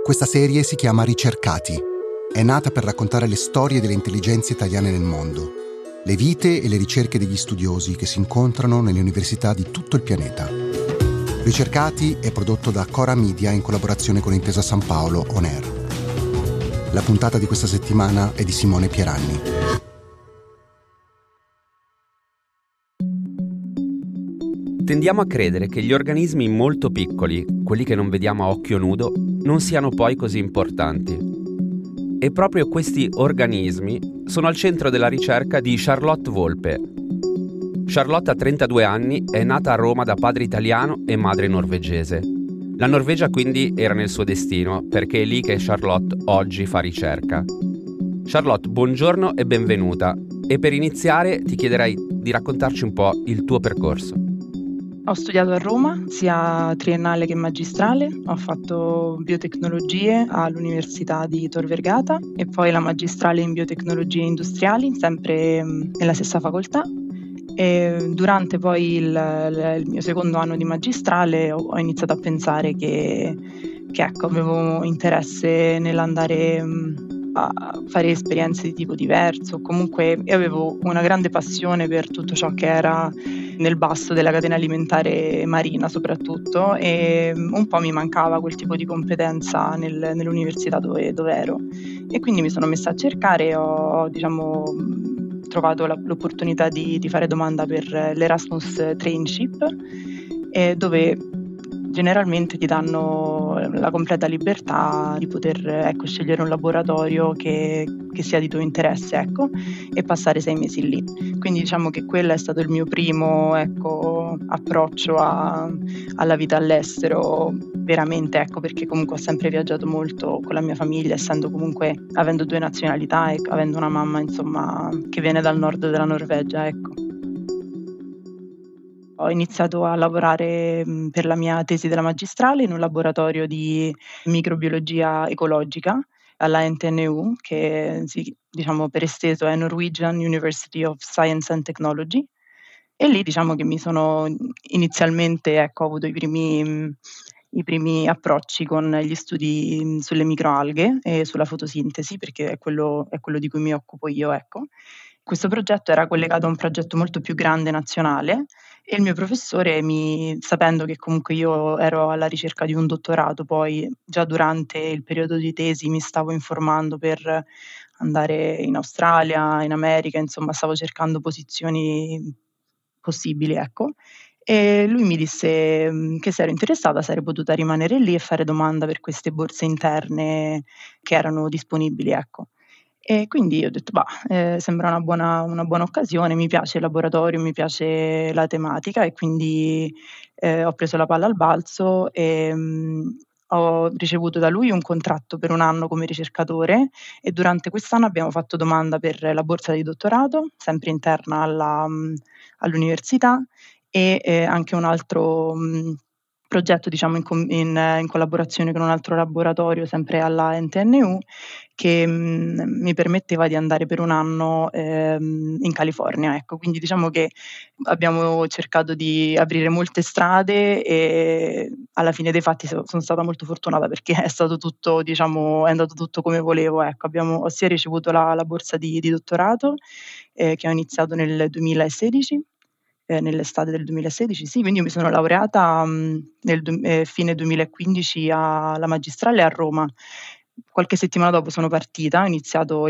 Questa serie si chiama Ricercati. È nata per raccontare le storie delle intelligenze italiane nel mondo, le vite e le ricerche degli studiosi che si incontrano nelle università di tutto il pianeta. Ricercati è prodotto da Cora Media in collaborazione con Intesa San Paolo On Air. La puntata di questa settimana è di Simone Pieranni. Tendiamo a credere che gli organismi molto piccoli, quelli che non vediamo a occhio nudo, non siano poi così importanti. E proprio questi organismi sono al centro della ricerca di Charlotte Volpe. Charlotte ha 32 anni, è nata a Roma da padre italiano e madre norvegese. La Norvegia quindi era nel suo destino, perché è lì che Charlotte oggi fa ricerca. Charlotte, buongiorno e benvenuta. E per iniziare ti chiederei di raccontarci un po' il tuo percorso. Ho studiato a Roma, sia triennale che magistrale, ho fatto biotecnologie all'Università di Tor Vergata e poi la magistrale in biotecnologie industriali, sempre nella stessa facoltà. E durante poi il mio secondo anno di magistrale ho iniziato a pensare che avevo interesse nell'andare a fare esperienze di tipo diverso. Comunque avevo una grande passione per tutto ciò che era nel basso della catena alimentare marina soprattutto, e un po' mi mancava quel tipo di competenza nell'università dove ero, e quindi mi sono messa a cercare e ho trovato l'opportunità di fare domanda per l'Erasmus Trainship, dove generalmente ti danno la completa libertà di poter scegliere un laboratorio che sia di tuo interesse e passare 6 mesi lì. Quindi diciamo che quello è stato il mio primo approccio alla vita all'estero, veramente, perché comunque ho sempre viaggiato molto con la mia famiglia, avendo 2 nazionalità e avendo una mamma che viene dal nord della Norvegia. Ho iniziato a lavorare per la mia tesi della magistrale in un laboratorio di microbiologia ecologica alla NTNU, che per esteso è Norwegian University of Science and Technology, e lì che mi sono inizialmente ho avuto i primi approcci con gli studi sulle microalghe e sulla fotosintesi, perché è quello di cui mi occupo io. Questo progetto era collegato a un progetto molto più grande nazionale, e il mio professore, sapendo che comunque io ero alla ricerca di un dottorato, poi già durante il periodo di tesi mi stavo informando per andare in Australia, in America, stavo cercando posizioni possibili, E lui mi disse che se ero interessata sarei potuta rimanere lì e fare domanda per queste borse interne che erano disponibili, E quindi ho detto, sembra una buona occasione, mi piace il laboratorio, mi piace la tematica, e quindi ho preso la palla al balzo e ho ricevuto da lui un contratto per 1 anno come ricercatore, e durante quest'anno abbiamo fatto domanda per la borsa di dottorato, sempre interna all'università, e anche un altro progetto in collaborazione con un altro laboratorio sempre alla NTNU, che mi permetteva di andare per 1 anno in California. Quindi che abbiamo cercato di aprire molte strade, e alla fine dei fatti sono stata molto fortunata, perché è stato tutto, è andato tutto come volevo. Ho sia ricevuto la borsa di dottorato, che ho iniziato nel 2016, nell'estate del 2016, sì, quindi io mi sono laureata nel fine 2015 alla magistrale a Roma. Qualche settimana dopo sono partita, ho iniziato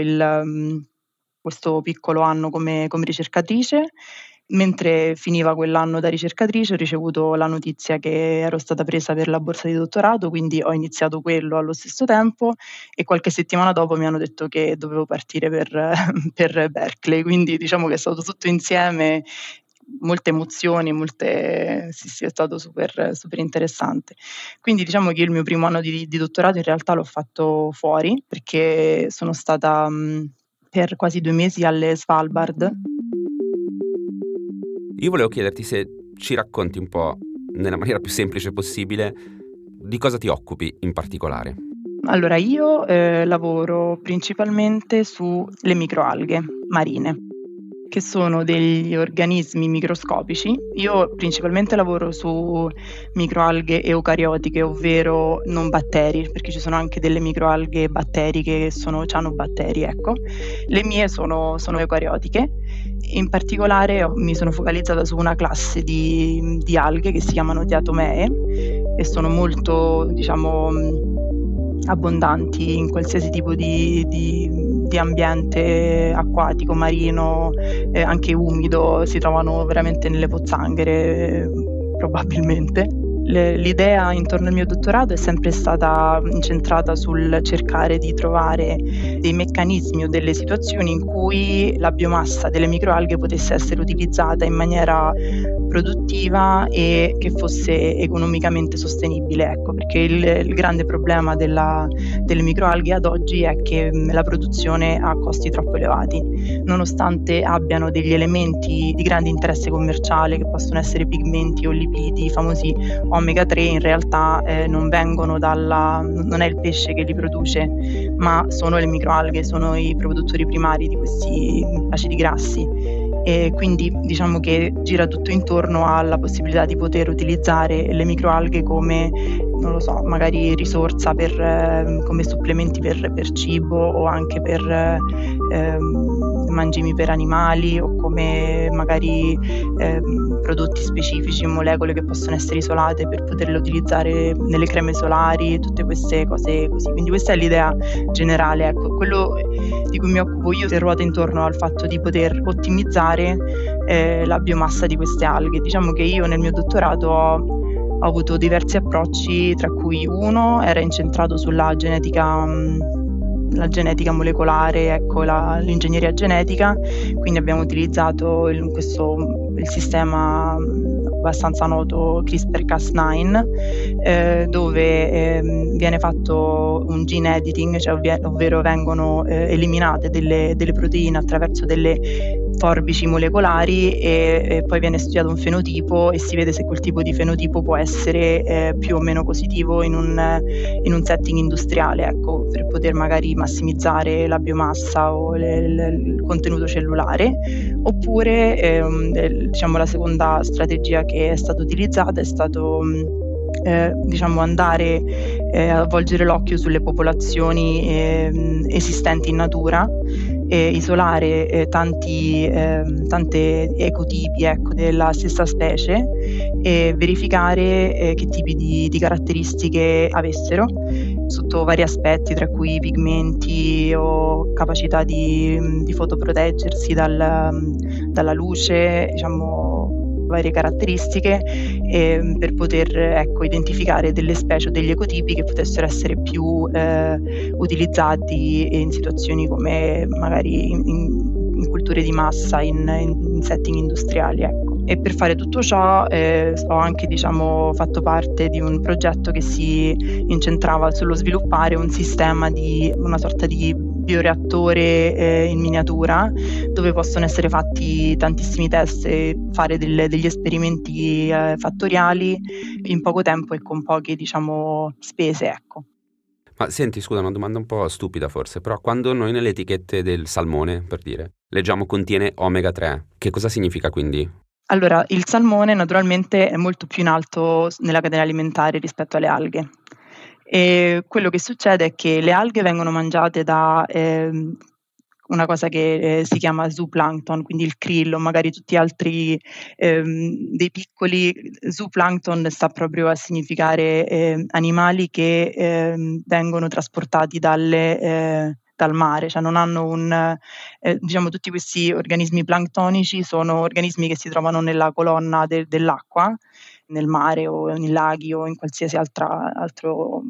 questo piccolo anno come ricercatrice. Mentre finiva quell'anno da ricercatrice ho ricevuto la notizia che ero stata presa per la borsa di dottorato, quindi ho iniziato quello allo stesso tempo, e qualche settimana dopo mi hanno detto che dovevo partire per per Berkeley, quindi che è stato tutto insieme, molte emozioni, sì, è stato super interessante. Quindi che il mio primo anno di dottorato in realtà l'ho fatto fuori, perché sono stata per quasi 2 mesi alle Svalbard. Io volevo chiederti se ci racconti un po', nella maniera più semplice possibile, di cosa ti occupi in particolare. Allora, io lavoro principalmente sulle microalghe marine. che sono degli organismi microscopici. Io principalmente lavoro su microalghe eucariotiche, ovvero non batteri, perché ci sono anche delle microalghe batteriche che sono cianobatteri, ecco. Le mie sono eucariotiche. In particolare mi sono focalizzata su una classe di alghe che si chiamano diatomee e sono molto, abbondanti in qualsiasi tipo di ambiente acquatico, marino, anche umido, si trovano veramente nelle pozzanghere, probabilmente. L'idea intorno al mio dottorato è sempre stata incentrata sul cercare di trovare dei meccanismi o delle situazioni in cui la biomassa delle microalghe potesse essere utilizzata in maniera produttiva e che fosse economicamente sostenibile, ecco, perché il grande problema delle microalghe ad oggi è che la produzione ha costi troppo elevati, nonostante abbiano degli elementi di grande interesse commerciale che possono essere pigmenti o lipidi, i famosi omega 3, in realtà non è il pesce che li produce, ma sono le microalghe, sono i produttori primari di questi acidi grassi. E quindi diciamo che gira tutto intorno alla possibilità di poter utilizzare le microalghe come, non lo so, magari risorsa come supplementi per cibo o anche per mangimi per animali, o come magari prodotti specifici, molecole che possono essere isolate per poterle utilizzare nelle creme solari, tutte queste cose così. Quindi questa è l'idea generale, ecco. Quello di cui mi occupo io ruota intorno al fatto di poter ottimizzare la biomassa di queste alghe. Diciamo che io nel mio dottorato ho avuto diversi approcci, tra cui uno era incentrato sulla genetica, la genetica molecolare, ecco, l'ingegneria genetica, quindi abbiamo utilizzato il sistema abbastanza noto CRISPR-Cas9, dove viene fatto un gene editing, cioè ovvero vengono eliminate delle proteine attraverso delle forbici molecolari e poi viene studiato un fenotipo e si vede se quel tipo di fenotipo può essere più o meno positivo in un setting industriale, ecco, per poter magari massimizzare la biomassa o il contenuto cellulare. Oppure la seconda strategia che è stata utilizzata è stato andare a volgere l'occhio sulle popolazioni esistenti in natura, isolare tante ecotipi, ecco, della stessa specie e verificare che tipi di caratteristiche avessero sotto vari aspetti, tra cui pigmenti o capacità di fotoproteggersi dalla luce, varie caratteristiche, per poter identificare delle specie o degli ecotipi che potessero essere più utilizzati in situazioni come magari in culture di massa, in setting industriali, ecco. E per fare tutto ciò ho anche fatto parte di un progetto che si incentrava sullo sviluppare un sistema una sorta di bioreattore in miniatura, dove possono essere fatti tantissimi test e fare degli esperimenti fattoriali in poco tempo e con poche spese, ecco. Ma senti, scusa, una domanda un po' stupida forse, però quando noi nelle etichette del salmone, per dire, leggiamo contiene omega 3, che cosa significa quindi? Allora, il salmone naturalmente è molto più in alto nella catena alimentare rispetto alle alghe. E quello che succede è che le alghe vengono mangiate da una cosa che si chiama zooplankton, quindi il krill o magari tutti altri dei piccoli. Zooplankton sta proprio a significare animali che vengono trasportati dal mare, cioè non hanno tutti questi organismi planktonici sono organismi che si trovano nella colonna dell'acqua, nel mare o nei laghi o in qualsiasi altro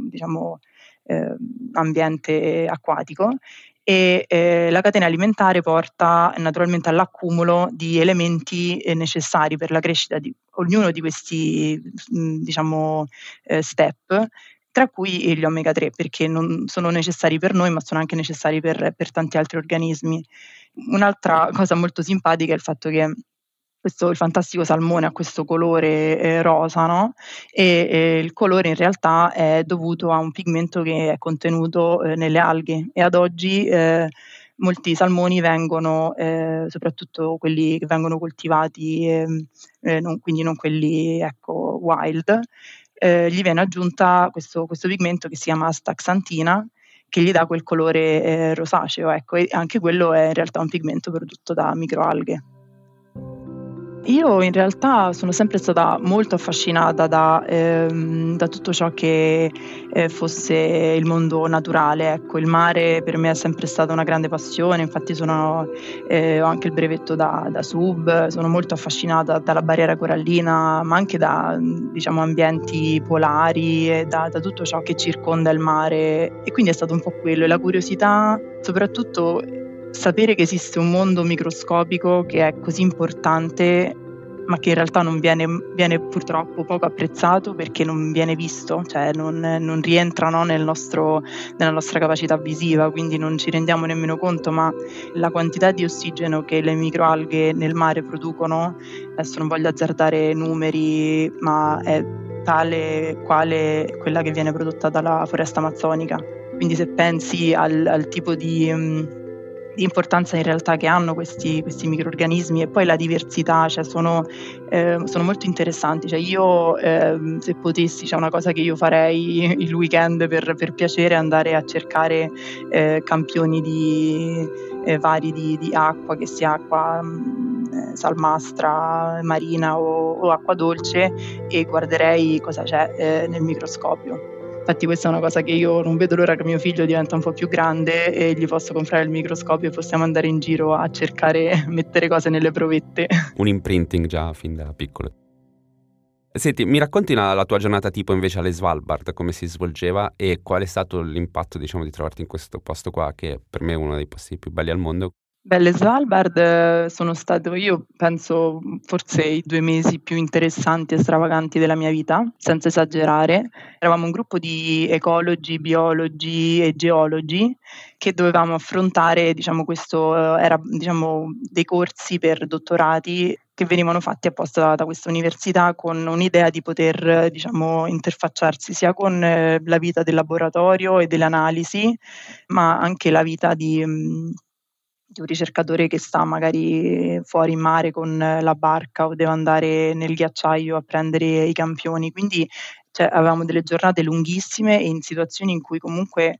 ambiente acquatico, e la catena alimentare porta naturalmente all'accumulo di elementi necessari per la crescita di ognuno di questi step, tra cui gli omega 3, perché non sono necessari per noi ma sono anche necessari per tanti altri organismi. Un'altra cosa molto simpatica è il fatto che il fantastico salmone ha questo colore rosa, no? E il colore in realtà è dovuto a un pigmento che è contenuto nelle alghe, e ad oggi molti salmoni vengono, soprattutto quelli che vengono coltivati, quindi non quelli, ecco, wild, gli viene aggiunta questo pigmento che si chiama astaxantina, che gli dà quel colore, rosaceo, ecco, e anche quello è in realtà un pigmento prodotto da microalghe. Io in realtà sono sempre stata molto affascinata da tutto ciò che, fosse il mondo naturale, ecco. Il mare per me è sempre stata una grande passione, infatti ho anche il brevetto da SUB, sono molto affascinata dalla barriera corallina, ma anche diciamo, ambienti polari e da tutto ciò che circonda il mare, e quindi è stato un po' quello, e la curiosità, soprattutto sapere che esiste un mondo microscopico che è così importante, ma che in realtà non viene purtroppo poco apprezzato perché non viene visto, cioè non rientra, no, nella nostra capacità visiva, quindi non ci rendiamo nemmeno conto, ma la quantità di ossigeno che le microalghe nel mare producono, adesso non voglio azzardare numeri, ma è tale quale quella che viene prodotta dalla foresta amazzonica. Quindi se pensi al tipo di importanza in realtà che hanno questi microrganismi, e poi la diversità, cioè sono molto interessanti. Cioè io, se potessi, c'è una cosa che io farei il weekend per piacere, andare a cercare campioni vari di acqua, che sia acqua salmastra, marina o acqua dolce, e guarderei cosa c'è nel microscopio. Infatti questa è una cosa che io non vedo l'ora che mio figlio diventa un po' più grande e gli posso comprare il microscopio e possiamo andare in giro a cercare, mettere cose nelle provette. Un imprinting già fin da piccolo. Senti, mi racconti la tua giornata tipo invece alle Svalbard, come si svolgeva e qual è stato l'impatto, diciamo, di trovarti in questo posto qua, che per me è uno dei posti più belli al mondo? Le Svalbard sono stato, io penso, forse i 2 mesi più interessanti e stravaganti della mia vita, senza esagerare. Eravamo un gruppo di ecologi, biologi e geologi che dovevamo affrontare, diciamo, dei corsi per dottorati che venivano fatti apposta da questa università, con un'idea di poter, diciamo, interfacciarsi sia con la vita del laboratorio e delle analisi, ma anche la vita di un ricercatore che sta magari fuori in mare con la barca o deve andare nel ghiacciaio a prendere i campioni. Quindi, cioè, avevamo delle giornate lunghissime e in situazioni in cui comunque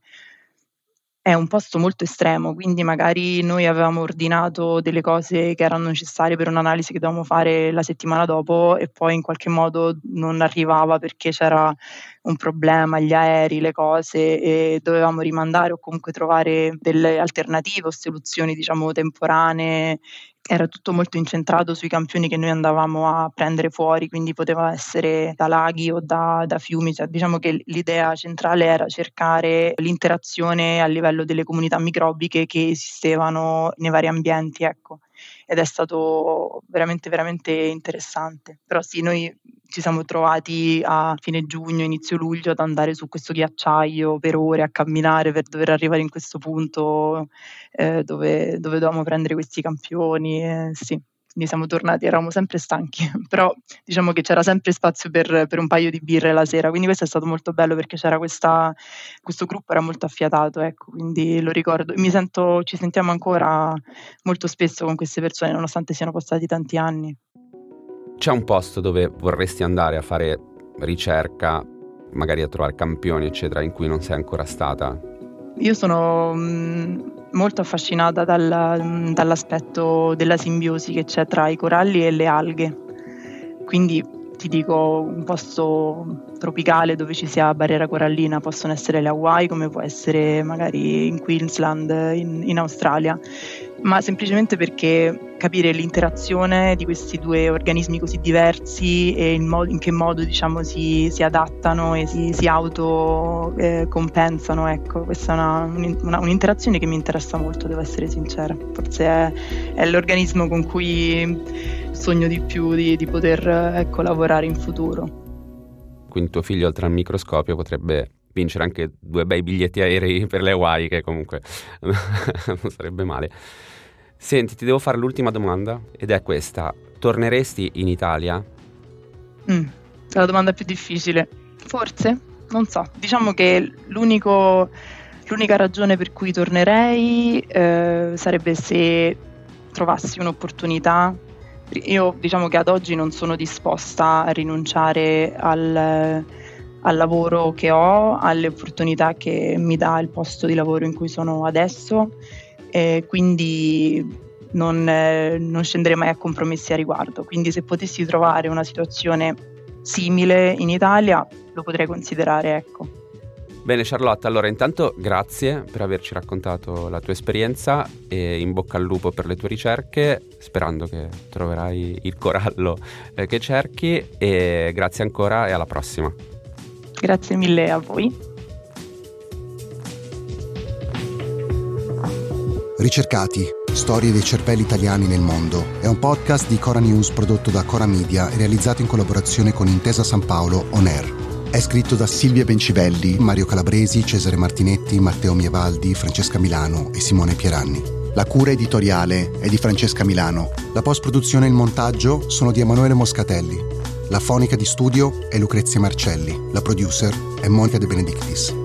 è un posto molto estremo, quindi magari noi avevamo ordinato delle cose che erano necessarie per un'analisi che dovevamo fare la settimana dopo, e poi in qualche modo non arrivava perché c'era un problema, gli aerei, le cose, e dovevamo rimandare o comunque trovare delle alternative o soluzioni, diciamo, temporanee. Era tutto molto incentrato sui campioni che noi andavamo a prendere fuori, quindi poteva essere da laghi o da fiumi. Cioè, diciamo che l'idea centrale era cercare l'interazione a livello delle comunità microbiche che esistevano nei vari ambienti, ecco. Ed è stato veramente, veramente interessante. Però sì, noi ci siamo trovati a fine giugno, inizio luglio, ad andare su questo ghiacciaio per ore, a camminare per dover arrivare in questo punto dove dovevamo prendere questi campioni, sì. Quindi siamo tornati, eravamo sempre stanchi, però diciamo che c'era sempre spazio per un paio di birre la sera, quindi questo è stato molto bello perché c'era questo gruppo era molto affiatato, ecco, quindi lo ricordo. Ci sentiamo ancora molto spesso con queste persone, nonostante siano passati tanti anni. C'è un posto dove vorresti andare a fare ricerca, magari a trovare campioni, eccetera, in cui non sei ancora stata? Io sono molto affascinata dall'aspetto della simbiosi che c'è tra i coralli e le alghe. Quindi ti dico, un posto tropicale dove ci sia barriera corallina possono essere le Hawaii, come può essere magari in Queensland, in Australia, ma semplicemente perché capire l'interazione di questi due organismi così diversi e in che modo, diciamo, si adattano e si auto compensano, ecco, questa è un'interazione che mi interessa molto, devo essere sincera. Forse è l'organismo con cui sogno di più di poter, ecco, lavorare in futuro. Quindi tuo figlio, oltre al microscopio, potrebbe vincere anche 2 bei biglietti aerei per le Hawaii, che comunque non sarebbe male. Senti, ti devo fare l'ultima domanda, ed è questa: torneresti in Italia? È la domanda più difficile. Forse? Non so. Diciamo che l'unico L'unica ragione per cui tornerei sarebbe se trovassi un'opportunità. Io diciamo che ad oggi non sono disposta a rinunciare al lavoro che ho, alle opportunità che mi dà il posto di lavoro in cui sono adesso, e quindi non scenderei mai a compromessi a riguardo. Quindi se potessi trovare una situazione simile in Italia lo potrei considerare, ecco. Bene Charlotte, allora intanto grazie per averci raccontato la tua esperienza e in bocca al lupo per le tue ricerche, sperando che troverai il corallo che cerchi, e grazie ancora e alla prossima. Grazie mille a voi. Ricercati, storie dei cervelli italiani nel mondo è un podcast di Cora News prodotto da Cora Media e realizzato in collaborazione con Intesa San Paolo On Air. È scritto da Silvia Bencivelli, Mario Calabresi, Cesare Martinetti, Matteo Mievaldi, Francesca Milano e Simone Pieranni. La cura editoriale è di Francesca Milano. La post-produzione e il montaggio sono di Emanuele Moscatelli. La fonica di studio è Lucrezia Marcelli. La producer è Monica De Benedictis.